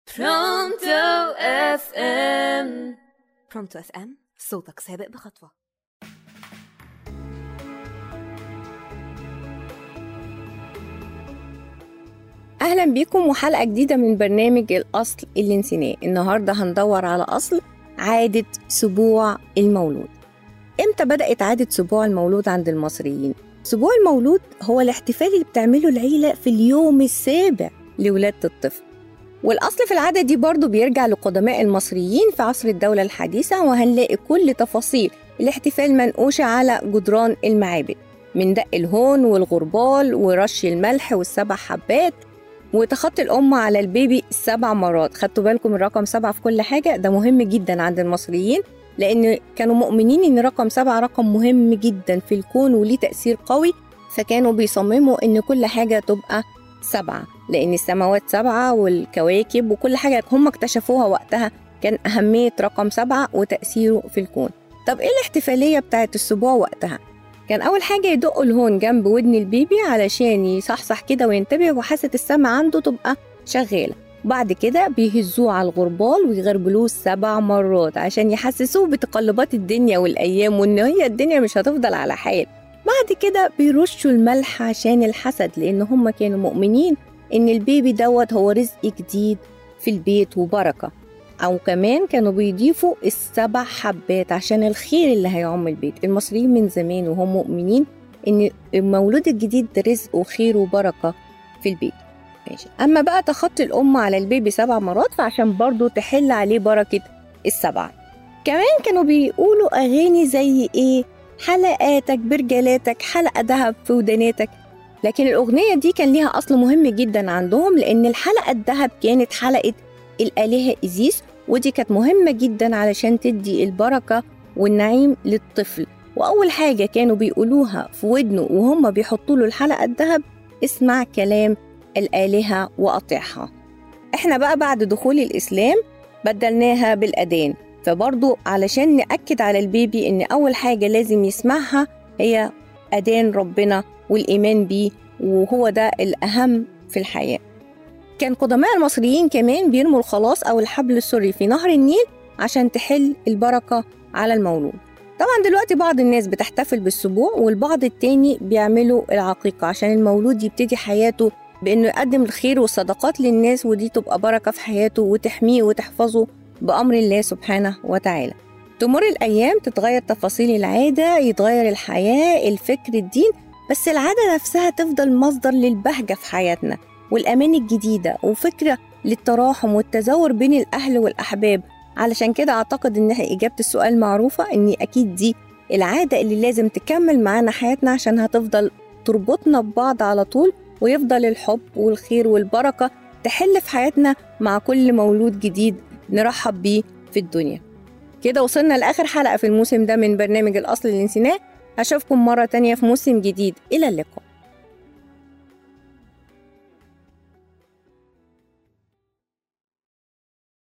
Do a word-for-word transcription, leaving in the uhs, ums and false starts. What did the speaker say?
برونتو اف ام. برونتو اف ام، صوتك سابق بخطوة. أهلا بيكم وحلقة جديدة من برنامج الأصل اللي نسيناه. النهاردة هندور على أصل عادة سبوع المولود. إمتى بدأت عادة سبوع المولود عند المصريين؟ سبوع المولود هو الاحتفال اللي بتعمله العيلة في اليوم السابع لولادة الطفل، والأصل في العادة دي برضو بيرجع لقدماء المصريين في عصر الدولة الحديثة، وهنلاقي كل تفاصيل الاحتفال منقوشة على جدران المعابد، من دق الهون والغربال ورش الملح والسبع حبات وتخطي الأم على البيبي سبع مرات. خدتوا بالكم الرقم سبعة في كل حاجة؟ ده مهم جدا عند المصريين، لأن كانوا مؤمنين إن رقم سبعة رقم مهم جدا في الكون وليه تأثير قوي، فكانوا بيصمموا إن كل حاجة تبقى سبعة، لأن السماوات سبعة والكواكب وكل حاجة هم اكتشفوها وقتها كان أهمية رقم سبعة وتأثيره في الكون. طب إيه الاحتفالية بتاعت السبوع وقتها؟ كان أول حاجة يدقوا الهون جنب ودن البيبي علشان يصحصح كده وينتبه وحاسة السمع عنده تبقى شغالة. بعد كده بيهزوه على الغربال ويغربلوه سبع مرات عشان يحسسوه بتقلبات الدنيا والأيام وإن هي الدنيا مش هتفضل على حال. بعد كده بيرشوا الملح عشان الحسد، لأن هم كانوا مؤمنين إن البيبي دوت هو رزق جديد في البيت وبركة. أو كمان كانوا بيضيفوا السبع حبات عشان الخير اللي هيعم البيت. المصريين من زمان وهم مؤمنين إن المولود الجديد ده رزق وخير وبركة في البيت. ماشي. أما بقى تخطي الأم على البيبي سبع مرات فعشان برضو تحل عليه بركة السبع. كمان كانوا بيقولوا أغاني زي إيه؟ حلقاتك برجلاتك، حلقة دهب في وداناتك. لكن الأغنية دي كان ليها أصل مهم جدا عندهم، لأن الحلقة الدهب كانت حلقة الآلهة إيزيس، ودي كانت مهمة جدا علشان تدي البركة والنعيم للطفل. وأول حاجة كانوا بيقولوها في ودنه وهم بيحطوا له الحلقة الدهب: اسمع كلام الآلهة وأطيعها. احنا بقى بعد دخول الإسلام بدلناها بالأذان، فبرضو علشان نأكد على البيبي إن أول حاجة لازم يسمعها هي أذان ربنا والإيمان بيه، وهو ده الأهم في الحياة. كان قدماء المصريين كمان بيرموا الخلاص أو الحبل السري في نهر النيل عشان تحل البركة على المولود. طبعا دلوقتي بعض الناس بتحتفل بالسبوع والبعض التاني بيعملوا العقيقة عشان المولود يبتدي حياته بأنه يقدم الخير والصدقات للناس، ودي تبقى بركة في حياته وتحميه وتحفظه بأمر الله سبحانه وتعالى. تمر الأيام، تتغير تفاصيل العادة، يتغير الحياة، الفكر، الدين، بس العادة نفسها تفضل مصدر للبهجة في حياتنا والأمان الجديدة وفكرة للتراحم والتزاور بين الأهل والأحباب. علشان كده أعتقد إن إجابة السؤال معروفة، إن أكيد دي العادة اللي لازم تكمل معانا حياتنا عشان هتفضل تربطنا ببعض على طول، ويفضل الحب والخير والبركة تحل في حياتنا مع كل مولود جديد نرحب بيه في الدنيا. كده وصلنا لآخر حلقة في الموسم ده من برنامج الأصل اللي نسيناه. أشوفكم مرة تانية في موسم جديد. إلى اللقاء.